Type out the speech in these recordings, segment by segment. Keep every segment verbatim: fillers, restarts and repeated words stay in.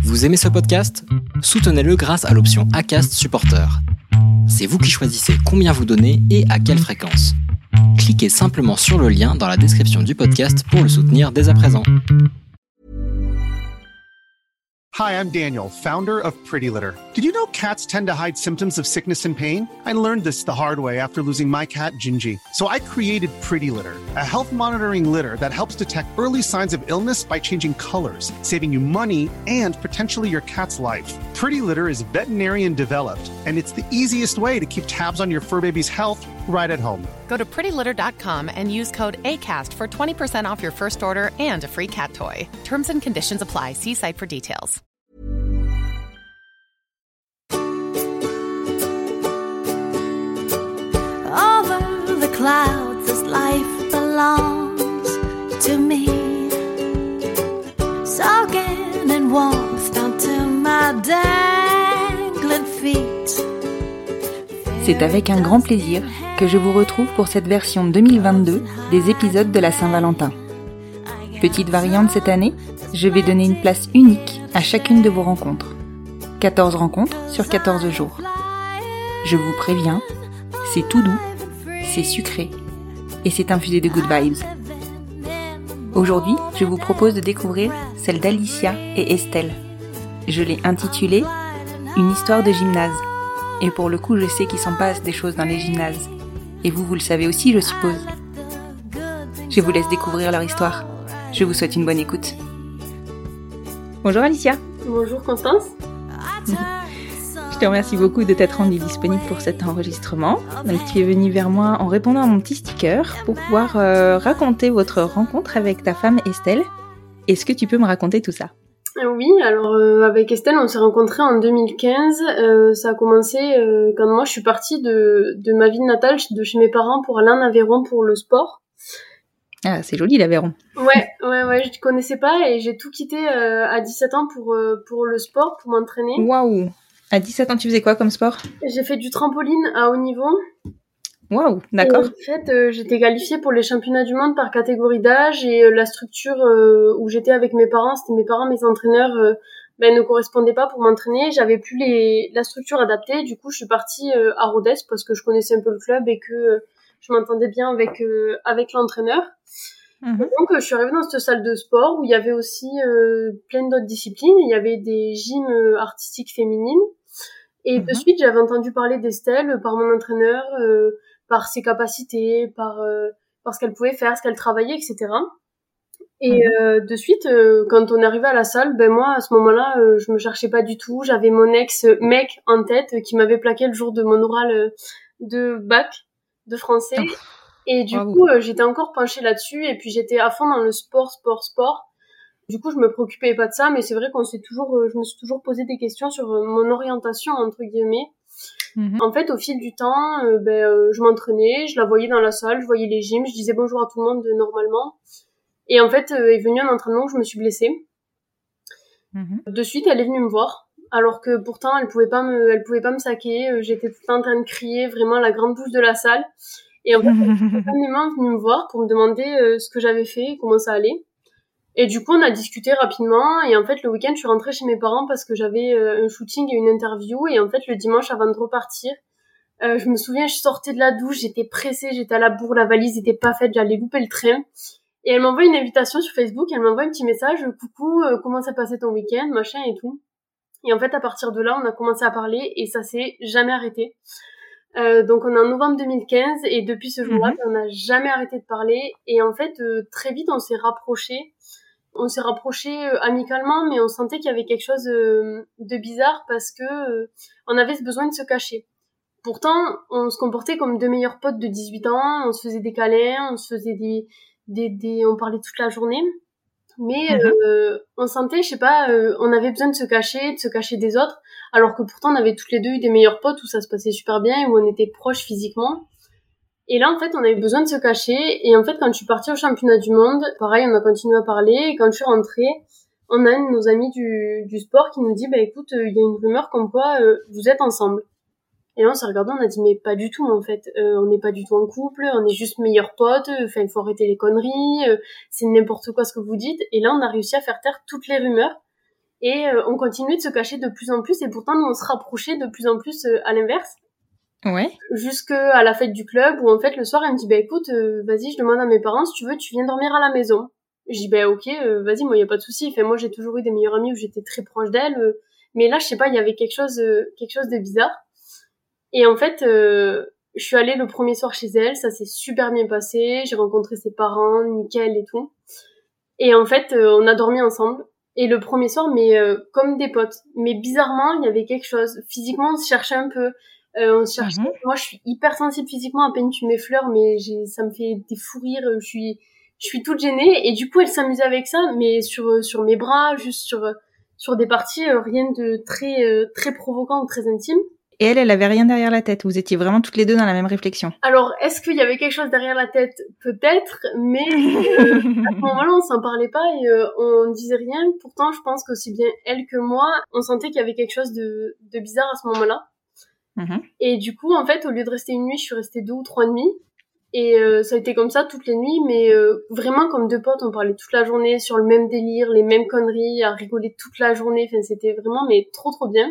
Vous aimez ce podcast ? Soutenez-le grâce à l'option Acast Supporter. C'est vous qui choisissez combien vous donnez et à quelle fréquence. Cliquez simplement sur le lien dans la description du podcast pour le soutenir dès à présent. Hi, I'm Daniel, founder of Pretty Litter. Did you know cats tend to hide symptoms of sickness and pain? I learned this the hard way after losing my cat, Gingy. So I created Pretty Litter, a health monitoring litter that helps detect early signs of illness by changing colors, saving you money and potentially your cat's life. Pretty Litter is veterinarian developed, and it's the easiest way to keep tabs on your fur baby's health right at home. Go to pretty litter dot com and use code ACAST for twenty percent off your first order and a free cat toy. Terms and conditions apply. See site for details. Over the clouds as life belongs to me, soaking in warmth down to my dangling feet. C'est avec un grand plaisir que je vous retrouve pour cette version deux mille vingt-deux des épisodes de la Saint-Valentin. Petite variante cette année, je vais donner une place unique à chacune de vos rencontres. quatorze rencontres sur quatorze jours. Je vous préviens, c'est tout doux, c'est sucré et c'est infusé de good vibes. Aujourd'hui, je vous propose de découvrir celle d'Alicia et Estelle. Je l'ai intitulée « Une histoire de gymnase ». Et pour le coup, je sais qu'il s'en passe des choses dans les gymnases. Et vous, vous le savez aussi, je suppose. Je vous laisse découvrir leur histoire. Je vous souhaite une bonne écoute. Bonjour Alicia. Bonjour Constance. Je te remercie beaucoup de t'être rendue disponible pour cet enregistrement. Donc, tu es venue vers moi en répondant à mon petit sticker pour pouvoir euh, raconter votre rencontre avec ta femme Estelle. Est-ce que tu peux me raconter tout ça ? Oui, alors euh, avec Estelle, on s'est rencontrés en deux mille quinze. Euh, ça a commencé euh, quand moi je suis partie de, de ma ville natale, de chez mes parents, pour aller en Aveyron pour le sport. Ah, c'est joli l'Aveyron. Ouais, ouais, ouais, je ne connaissais pas et j'ai tout quitté euh, à dix-sept ans pour, euh, pour le sport, pour m'entraîner. Waouh! À dix-sept ans, tu faisais quoi comme sport ? J'ai fait du trampoline à haut niveau. Waouh, d'accord. Et en fait, euh, j'étais qualifiée pour les championnats du monde par catégorie d'âge et euh, la structure euh, où j'étais avec mes parents, c'était mes parents, mes entraîneurs, euh, ben, ne correspondaient pas pour m'entraîner. J'avais plus les, la structure adaptée. Du coup, je suis partie euh, à Rodez parce que je connaissais un peu le club et que euh, je m'entendais bien avec euh, avec l'entraîneur. Mmh. Donc, euh, je suis arrivée dans cette salle de sport où il y avait aussi euh, plein d'autres disciplines. Il y avait des gyms euh, artistiques féminines. Et mmh. de suite, j'avais entendu parler d'Estelle par mon entraîneur, euh, par ses capacités, par, euh, par ce qu'elle pouvait faire, ce qu'elle travaillait, et cetera. Et mmh. euh, de suite, euh, quand on est arrivé à la salle, ben moi, à ce moment-là, euh, je me cherchais pas du tout. J'avais mon ex-mec en tête euh, qui m'avait plaqué le jour de mon oral euh, de bac de français. Oh. Et du wow. coup, euh, j'étais encore penchée là-dessus. Et puis, j'étais à fond dans le sport, sport, sport. Du coup, je me préoccupais pas de ça, mais c'est vrai qu'on s'est toujours, euh, je me suis toujours posé des questions sur euh, mon orientation, entre guillemets. Mmh. En fait, au fil du temps, euh, ben, euh, je m'entraînais, je la voyais dans la salle, je voyais les gyms, je disais bonjour à tout le monde euh, normalement. Et en fait, euh, est venu un entraînement où je me suis blessée. Mmh. De suite, elle est venue me voir, alors que pourtant, elle pouvait pas me, elle pouvait pas me saquer. Euh, j'étais tout le temps en train de crier, vraiment la grande bouche de la salle. Et en fait, elle est spontanément venue me voir pour me demander euh, ce que j'avais fait, comment ça allait. Et du coup, on a discuté rapidement. Et en fait, le week-end, je suis rentrée chez mes parents parce que j'avais euh, un shooting et une interview. Et en fait, le dimanche, avant de repartir, euh, je me souviens, je sortais de la douche, j'étais pressée, j'étais à la bourre, la valise n'était pas faite, j'allais louper le train. Et elle m'envoie une invitation sur Facebook, elle m'envoie un petit message, coucou, euh, comment s'est passé ton week-end, machin et tout. Et en fait, à partir de là, on a commencé à parler et ça s'est jamais arrêté. Euh, donc, on est en novembre deux mille quinze et depuis ce jour-là, mmh. on n'a jamais arrêté de parler. Et en fait, euh, très vite, on s'est rapprochés. On s'est rapprochés euh, amicalement, mais on sentait qu'il y avait quelque chose euh, de bizarre parce que euh, on avait ce besoin de se cacher. Pourtant, on se comportait comme deux meilleurs potes de dix-huit ans, on se faisait des câlins, on se faisait des, des, des, on parlait toute la journée. Mais mmh. euh, on sentait, je sais pas, euh, on avait besoin de se cacher, de se cacher des autres, alors que pourtant on avait toutes les deux eu des meilleurs potes où ça se passait super bien et où on était proches physiquement. Et là, en fait, on avait besoin de se cacher. Et en fait, quand je suis partie au championnat du monde, pareil, on a continué à parler. Et quand je suis rentrée, on a un de nos amis du, du sport qui nous dit, bah écoute, il euh, y a une rumeur comme quoi euh, vous êtes ensemble. Et là, on s'est regardé, on a dit, mais pas du tout, en fait. Euh, on n'est pas du tout en couple, on est juste meilleurs potes, enfin, il faut arrêter les conneries, euh, c'est n'importe quoi ce que vous dites. Et là, on a réussi à faire taire toutes les rumeurs. Et euh, on continuait de se cacher de plus en plus, et pourtant, nous, on se rapprochait de plus en plus euh, à l'inverse. Ouais. Jusqu'à la fête du club, où en fait, le soir, elle me dit, bah écoute, euh, vas-y, je demande à mes parents, si tu veux, tu viens dormir à la maison. Je dis, bah ok, euh, vas-y, moi, y a pas de souci. Enfin, moi, j'ai toujours eu des meilleures amies où j'étais très proche d'elles, euh, mais là, je sais pas, il y avait quelque chose, euh, quelque chose de bizarre. Et en fait, euh, je suis allée le premier soir chez elle, ça s'est super bien passé, j'ai rencontré ses parents, nickel et tout. Et en fait, euh, on a dormi ensemble. Et le premier soir, mais euh, comme des potes. Mais bizarrement, il y avait quelque chose. Physiquement, on se cherchait un peu. Euh, on se cherchait. Mm-hmm. Moi, je suis hyper sensible physiquement. À peine tu m'effleures, mais j'ai, ça me fait des fous rires. Je suis, je suis toute gênée. Et du coup, elle s'amusait avec ça, mais sur sur mes bras, juste sur sur des parties, euh, rien de très euh, très provoquant ou très intime. Et elle, elle avait rien derrière la tête. Vous étiez vraiment toutes les deux dans la même réflexion. Alors, est-ce qu'il y avait quelque chose derrière la tête ? Peut-être, mais euh, à ce moment-là, on s'en parlait pas et euh, on disait rien. Pourtant, je pense qu'aussi bien elle que moi, on sentait qu'il y avait quelque chose de, de bizarre à ce moment-là. Mm-hmm. Et du coup, en fait, au lieu de rester une nuit, je suis restée deux ou trois nuits. Et euh, ça a été comme ça toutes les nuits, mais euh, vraiment comme deux potes, on parlait toute la journée sur le même délire, les mêmes conneries, à rigoler toute la journée. Enfin, c'était vraiment mais trop trop bien.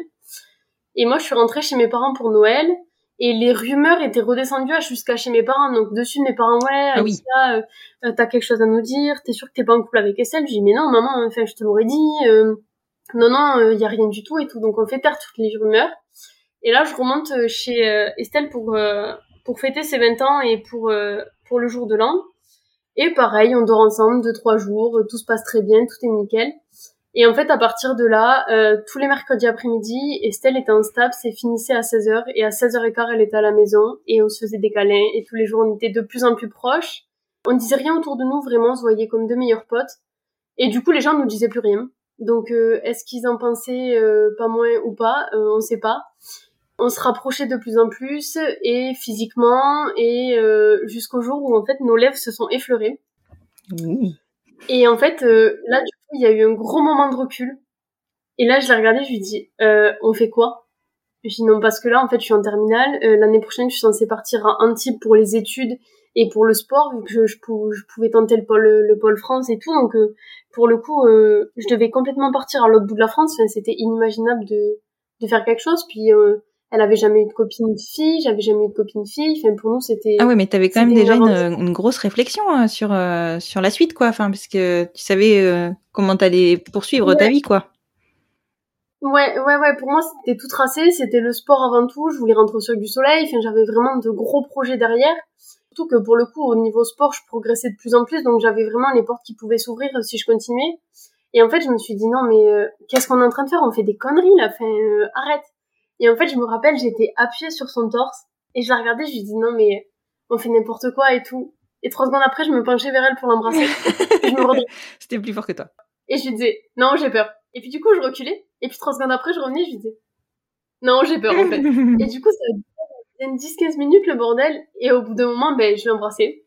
Et moi, je suis rentrée chez mes parents pour Noël, et les rumeurs étaient redescendues jusqu'à chez mes parents. Donc, dessus de mes parents, ouais, ah oui. Alicia, euh, t'as quelque chose à nous dire, t'es sûre que t'es pas en couple avec Estelle ? Je dis, mais non, maman, enfin, je te l'aurais dit, euh, non, non, il euh, y a rien du tout et tout. Donc, on fait taire toutes les rumeurs. Et là, je remonte chez euh, Estelle pour euh, pour fêter ses vingt ans et pour euh, pour le jour de l'an. Et pareil, on dort ensemble deux, trois jours, tout se passe très bien, tout est nickel. Et en fait, à partir de là, euh, tous les mercredis après-midi, Estelle était en STAPS et finissait à seize heures. Et à seize heures quinze, elle était à la maison et on se faisait des câlins. Et tous les jours, on était de plus en plus proches. On disait rien autour de nous, vraiment, on se voyait comme deux meilleurs potes. Et du coup, les gens ne nous disaient plus rien. Donc, euh, est-ce qu'ils en pensaient euh, pas moins ou pas ? euh, On sait pas. On se rapprochait de plus en plus, et physiquement, et euh, jusqu'au jour où, en fait, nos lèvres se sont effleurées. Mmh. Et en fait, euh, là, du coup, il y a eu un gros moment de recul. Et là, je l'ai regardé, je lui dis, euh, on fait quoi ? Je dis non, parce que là, en fait, je suis en terminale. Euh, l'année prochaine, je suis censée partir à Antibes pour les études et pour le sport, vu que je, je, pou- je pouvais tenter le pôle, le pôle France et tout. Donc, euh, pour le coup, euh, je devais complètement partir à l'autre bout de la France. Enfin, c'était inimaginable de, de faire quelque chose. Puis, euh, elle avait jamais eu de copine fille, j'avais jamais eu de copine fille. Enfin, pour nous, c'était. Ah ouais, mais t'avais quand même déjà une, une, une grosse réflexion hein, sur euh, sur la suite, quoi. Enfin, parce que tu savais euh, comment t'allais poursuivre ouais. ta vie, quoi. Ouais, ouais, ouais. Pour moi, c'était tout tracé. C'était le sport avant tout. Je voulais rentrer au Cirque du Soleil. Enfin, j'avais vraiment de gros projets derrière. Surtout que pour le coup, au niveau sport, je progressais de plus en plus. Donc, j'avais vraiment les portes qui pouvaient s'ouvrir si je continuais. Et en fait, je me suis dit non, mais euh, qu'est-ce qu'on est en train de faire ? On fait des conneries là. Enfin, euh, arrête. Et en fait, je me rappelle, j'étais appuyée sur son torse et je la regardais, je lui dis non mais on fait n'importe quoi et tout. Et trois secondes après, je me penchais vers elle pour l'embrasser. Et je me redressais. C'était plus fort que toi. Et je lui disais non, j'ai peur. Et puis du coup, je reculais. Et puis trois secondes après, je revenais, je lui disais non, j'ai peur en fait. Et du coup, ça a duré dix quinze minutes le bordel. Et au bout d'un moment, ben je l'ai embrassée.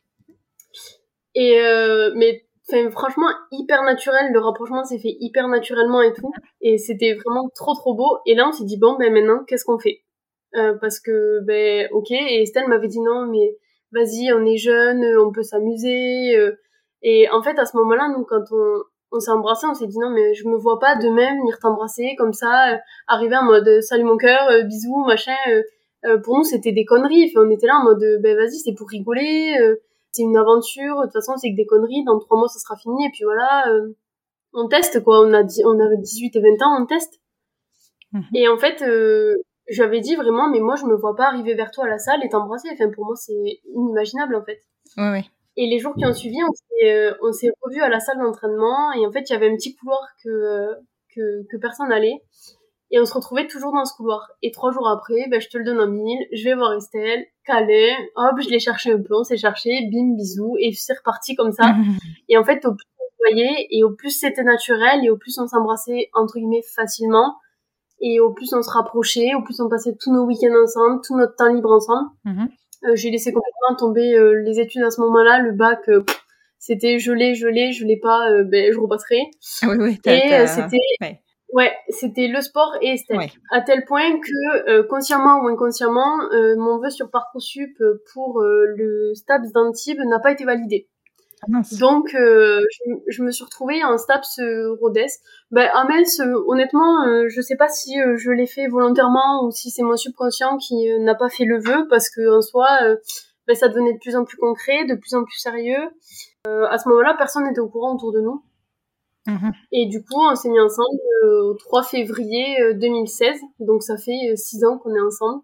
Et euh, mais Enfin, franchement, hyper naturel, le rapprochement s'est fait hyper naturellement et tout, et c'était vraiment trop trop beau, et là on s'est dit, bon, ben maintenant, qu'est-ce qu'on fait euh, parce que, ben, ok, et Estelle m'avait dit, non, mais vas-y, on est jeunes, on peut s'amuser, euh, et en fait, à ce moment-là, nous, quand on, on s'est embrassés, on s'est dit, non, mais je me vois pas demain venir t'embrasser, comme ça, euh, arriver en mode, salut mon cœur, euh, bisous, machin, euh, euh, pour nous, c'était des conneries, enfin, on était là en mode, ben vas-y, c'est pour rigoler, euh, c'est une aventure, de toute façon c'est que des conneries, dans trois mois ça sera fini, et puis voilà, euh, on teste quoi, on a dit, on avait dix-huit et vingt ans, on teste. Mmh. Et en fait, euh, je lui avais dit vraiment, mais moi je me vois pas arriver vers toi à la salle et t'embrasser, enfin pour moi c'est inimaginable en fait. Ouais, ouais. Et les jours qui ont suivi, on s'est, euh, on s'est revus à la salle d'entraînement, et en fait il y avait un petit couloir que, euh, que, que personne n'allait. Et on se retrouvait toujours dans ce couloir. Et trois jours après, ben, je te le donne en mille, je vais voir Estelle, câlin, hop, je l'ai cherché un peu, on s'est cherché, bim, bisous, et c'est reparti comme ça. Et en fait, au plus on se voyait, et au plus c'était naturel, et au plus on s'embrassait, entre guillemets, facilement, et au plus on se rapprochait, au plus on passait tous nos week-ends ensemble, tout notre temps libre ensemble. Mm-hmm. Euh, j'ai laissé complètement tomber euh, les études à ce moment-là, le bac, euh, pff, c'était je l'ai, je l'ai, je l'ai pas, euh, ben, je repasserai. Ah oui, oui, t'as, et t'as... Euh, c'était... Ouais. Ouais, c'était le sport et Estelle. Ouais. À tel point que, euh, consciemment ou inconsciemment, euh, mon vœu sur Parcoursup pour euh, le STAPS d'Antibes n'a pas été validé. Ah, mince. Donc, euh, je, je me suis retrouvée en STAPS euh, Rodez. Ben, à Metz, euh, honnêtement, euh, je sais pas si euh, je l'ai fait volontairement ou si c'est mon subconscient qui euh, n'a pas fait le vœu, parce que en soi, euh, ben, ça devenait de plus en plus concret, de plus en plus sérieux. Euh, à ce moment-là, personne n'était au courant autour de nous. Mmh. Et du coup, on s'est mis ensemble euh, au trois février euh, deux mille seize. Donc, ça fait euh, six ans qu'on est ensemble.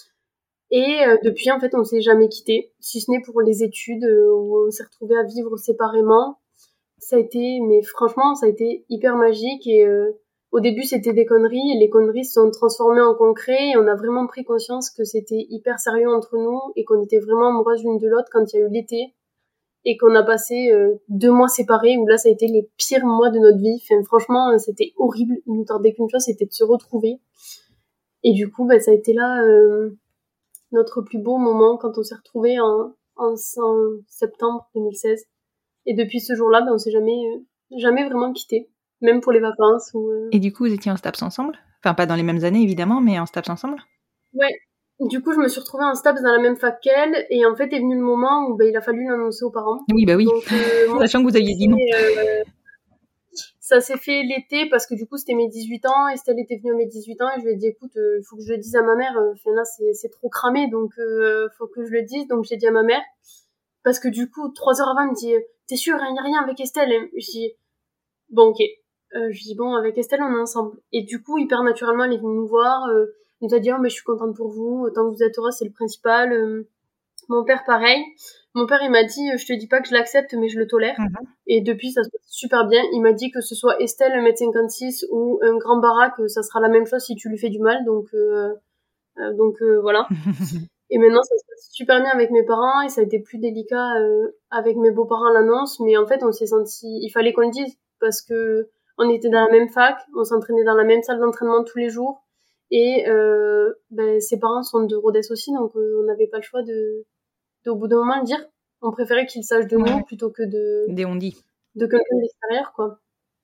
Et euh, depuis, en fait, on s'est jamais quittés, si ce n'est pour les études euh, où on s'est retrouvés à vivre séparément. Ça a été, mais franchement, ça a été hyper magique. Et euh, au début, c'était des conneries, et les conneries se sont transformées en concret. Et on a vraiment pris conscience que c'était hyper sérieux entre nous et qu'on était vraiment amoureuses l'une de l'autre quand il y a eu l'été. Et qu'on a passé euh, deux mois séparés, où là, ça a été les pires mois de notre vie. Enfin, franchement, c'était horrible. Il nous tardait qu'une chose, c'était de se retrouver. Et du coup, bah, ça a été là euh, notre plus beau moment quand on s'est retrouvés en, en, en septembre deux mille seize. Et depuis ce jour-là, bah, on s'est jamais, euh, jamais vraiment quittés, même pour les vacances. Ou, euh... Et du coup, vous étiez en STAPS ensemble? Enfin, pas dans les mêmes années, évidemment, mais en STAPS ensemble? Ouais. Du coup, je me suis retrouvée en STAPS dans la même fac qu'elle, et en fait, est venu le moment où bah, il a fallu l'annoncer aux parents. Oui, bah oui. Donc, euh, moi, sachant que vous aviez dit non. Euh, ça s'est fait l'été parce que du coup, c'était mes dix-huit ans. Estelle était venue à mes dix-huit ans et je lui ai dit, écoute, il euh, faut que je le dise à ma mère. Enfin là, c'est, c'est trop cramé, donc euh, faut que je le dise. Donc j'ai dit à ma mère. Parce que du coup, trois heures avant, elle me dit, t'es sûre, il n'y a rien avec Estelle? Et je dis, bon, ok. Euh, je dis, bon, avec Estelle, on est ensemble. Et du coup, hyper naturellement, elle est venue nous voir. Euh, elle nous a dit, oh, mais je suis contente pour vous. Tant que vous êtes heureuse, c'est le principal. Euh, mon père, pareil. Mon père, il m'a dit, je te dis pas que je l'accepte, mais je le tolère. Mmh. Et depuis, ça se passe super bien. Il m'a dit que ce soit Estelle, un mètre cinquante-six, ou un grand baraque, ça sera la même chose si tu lui fais du mal. Donc, euh, euh, donc euh, voilà. Et maintenant, ça se passe super bien avec mes parents, et ça a été plus délicat euh, avec mes beaux-parents à l'annonce. Mais en fait, on s'est senti, il fallait qu'on le dise, parce que on était dans la même fac, on s'entraînait dans la même salle d'entraînement tous les jours, et euh, ben, ses parents sont de Rodez aussi, donc euh, on n'avait pas le choix de, de, au bout d'un moment, le dire. On préférait qu'ils sachent de ouais. nous plutôt que de des on-dit de quelqu'un de l'extérieur, quoi.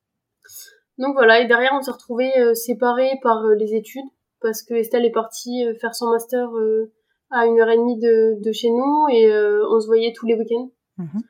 Donc voilà, et derrière, on s'est retrouvés euh, séparés par euh, les études, parce que Estelle est partie euh, faire son master euh, à une heure et demie de, de chez nous, et euh, on se voyait tous les week-ends. Mmh.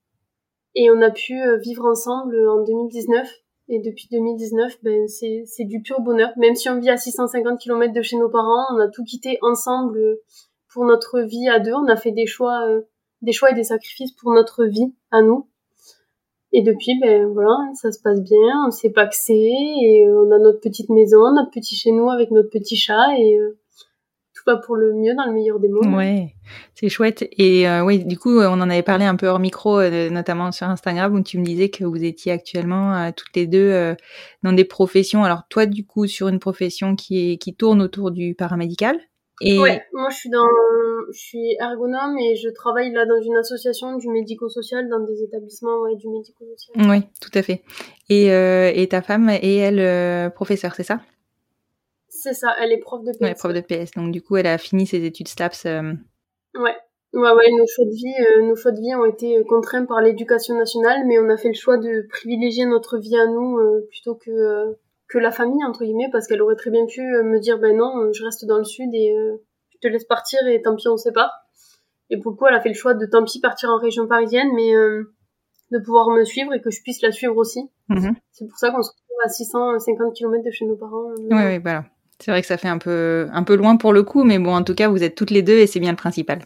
Et on a pu euh, vivre ensemble en deux mille dix-neuf. Et depuis deux mille dix-neuf, ben, c'est, c'est du pur bonheur. Même si on vit à six cent cinquante kilomètres de chez nos parents, on a tout quitté ensemble euh, pour notre vie à deux. On a fait des choix, euh, des choix et des sacrifices pour notre vie à nous. Et depuis, ben voilà, ça se passe bien, on s'est paxé, et euh, on a notre petite maison, notre petit chez nous avec notre petit chat, et euh, tout va pour le mieux dans le meilleur des mondes. Ouais, c'est chouette. Et euh, oui, du coup, on en avait parlé un peu hors micro, euh, notamment sur Instagram, où tu me disais que vous étiez actuellement euh, toutes les deux euh, dans des professions. Alors toi, du coup, sur une profession qui est qui tourne autour du paramédical. Et... Ouais, moi je suis dans, je suis ergonome et je travaille là dans une association du médico-social, dans des établissements ouais, du médico-social. Oui, tout à fait. Et, euh, et ta femme est elle euh, professeure, c'est ça? C'est ça, elle est prof de P S. Ouais, prof de P S. Donc du coup, elle a fini ses études STAPS. Euh... Ouais, ouais, ouais. Nos choix de vie, euh, nos choix de vie ont été contraints par l'éducation nationale, mais on a fait le choix de privilégier notre vie à nous euh, plutôt que euh, que la famille, entre guillemets, parce qu'elle aurait très bien pu me dire, ben non, je reste dans le sud et euh, je te laisse partir et tant pis, on sait pas. Et pour le coup, elle a fait le choix de tant pis partir en région parisienne, mais euh, de pouvoir me suivre et que je puisse la suivre aussi. Mmh. C'est pour ça qu'on se retrouve à six cent cinquante kilomètres de chez nos parents. Euh, oui, oui, voilà. C'est vrai que ça fait un peu, un peu loin pour le coup, mais bon, en tout cas, vous êtes toutes les deux et c'est bien le principal.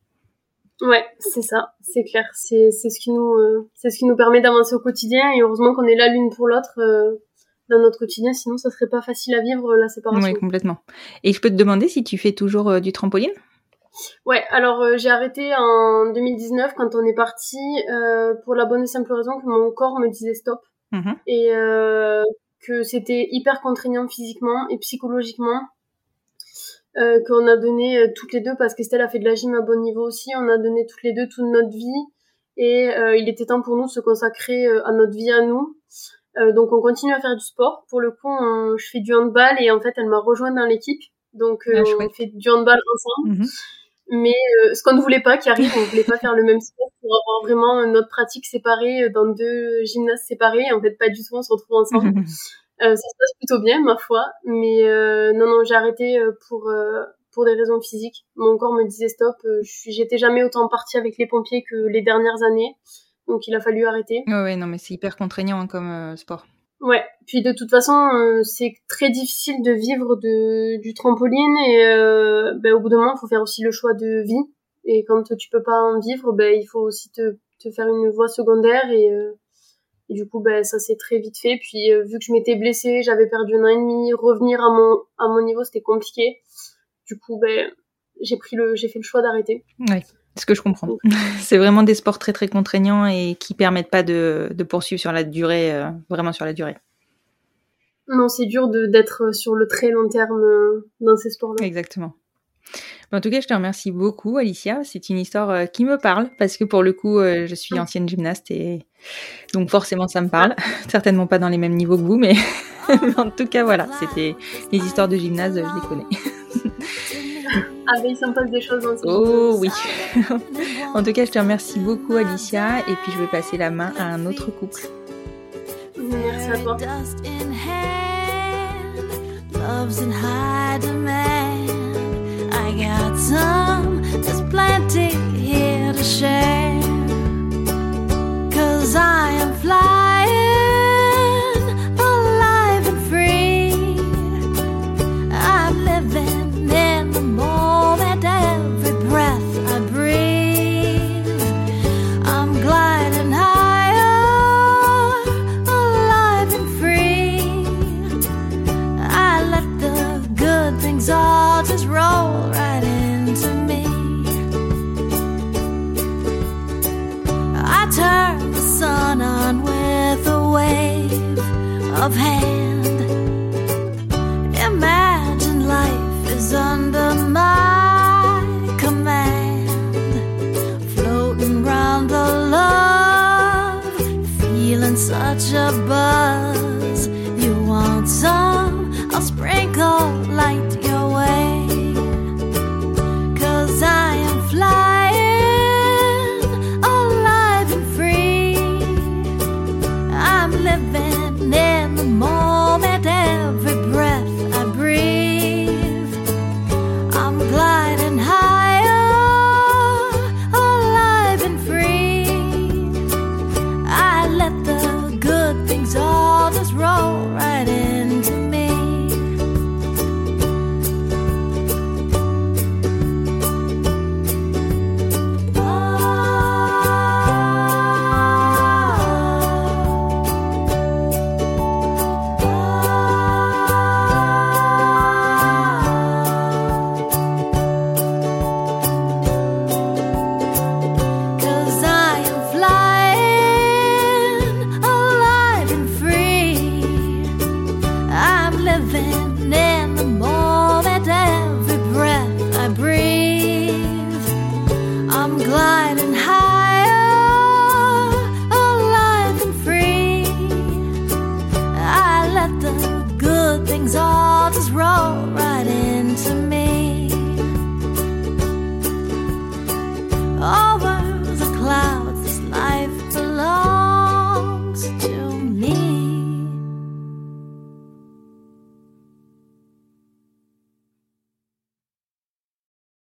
Ouais, c'est ça, c'est clair. C'est, c'est ce qui nous, euh, c'est ce qui nous permet d'avancer au quotidien, et heureusement qu'on est là l'une pour l'autre. Euh, dans notre quotidien, sinon ça serait pas facile à vivre la séparation. Oui, complètement. Et je peux te demander si tu fais toujours euh, du trampoline? Ouais, alors euh, j'ai arrêté en deux mille dix-neuf quand on est parti euh, pour la bonne et simple raison que mon corps me disait stop. Mmh. Et euh, que c'était hyper contraignant physiquement et psychologiquement, euh, qu'on a donné euh, toutes les deux, parce qu'Estelle a fait de la gym à bon niveau aussi, on a donné toutes les deux toute notre vie, et euh, il était temps pour nous de se consacrer euh, à notre vie à nous. Euh, donc on continue à faire du sport. Pour le coup, on, je fais du handball, et en fait elle m'a rejoint dans l'équipe, donc euh, ah, on fait du handball ensemble. Mmh. Mais euh, ce qu'on ne voulait pas qui arrive, on voulait pas faire le même sport pour avoir vraiment notre pratique séparée dans deux gymnases séparés. En fait, pas du tout, on se retrouve ensemble. euh, ça se passe plutôt bien, ma foi. Mais euh, non, non, j'ai arrêté pour euh, pour des raisons physiques. Mon corps me disait stop. Je suis, j'étais jamais autant partie avec les pompiers que les dernières années. donc il a fallu arrêter. Ouais, ouais, non, mais c'est hyper contraignant hein, comme euh, sport. Ouais, puis de toute façon, euh, c'est très difficile de vivre de, du trampoline et euh, ben, au bout d'un moment, il faut faire aussi le choix de vie. Et quand tu peux pas en vivre, ben, il faut aussi te, te faire une voie secondaire et, euh, et du coup, ben, ça s'est très vite fait. Puis euh, vu que je m'étais blessée, j'avais perdu un an et demi, revenir à mon, à mon niveau, c'était compliqué. Du coup, ben, j'ai pris le, j'ai fait le choix d'arrêter. Ouais. Ce que je comprends. C'est vraiment des sports très très contraignants et qui permettent pas de, de poursuivre sur la durée, euh, vraiment sur la durée. Non, c'est dur de, d'être sur le très long terme euh, dans ces sports-là. Exactement. En tout cas, je te remercie beaucoup, Alicia. C'est une histoire euh, qui me parle parce que pour le coup, euh, je suis ancienne gymnaste et donc forcément ça me parle. Certainement pas dans les mêmes niveaux que vous, mais en tout cas, voilà, c'était les histoires de gymnase, je les connais. Ah ben il s'en passe des choses dans ces Oh oui. En tout cas, je te remercie beaucoup, Alicia, et puis je vais passer la main à un autre couple. Merci à toi. Love's in high demand. I got some, there's plenty here to share. 'Cause I am flying, alive and free. I'm living in the moment, every breath I breathe. I'm gliding higher, alive and free. I let the good things all just roll right into me. I turn the sun on with a wave of hand.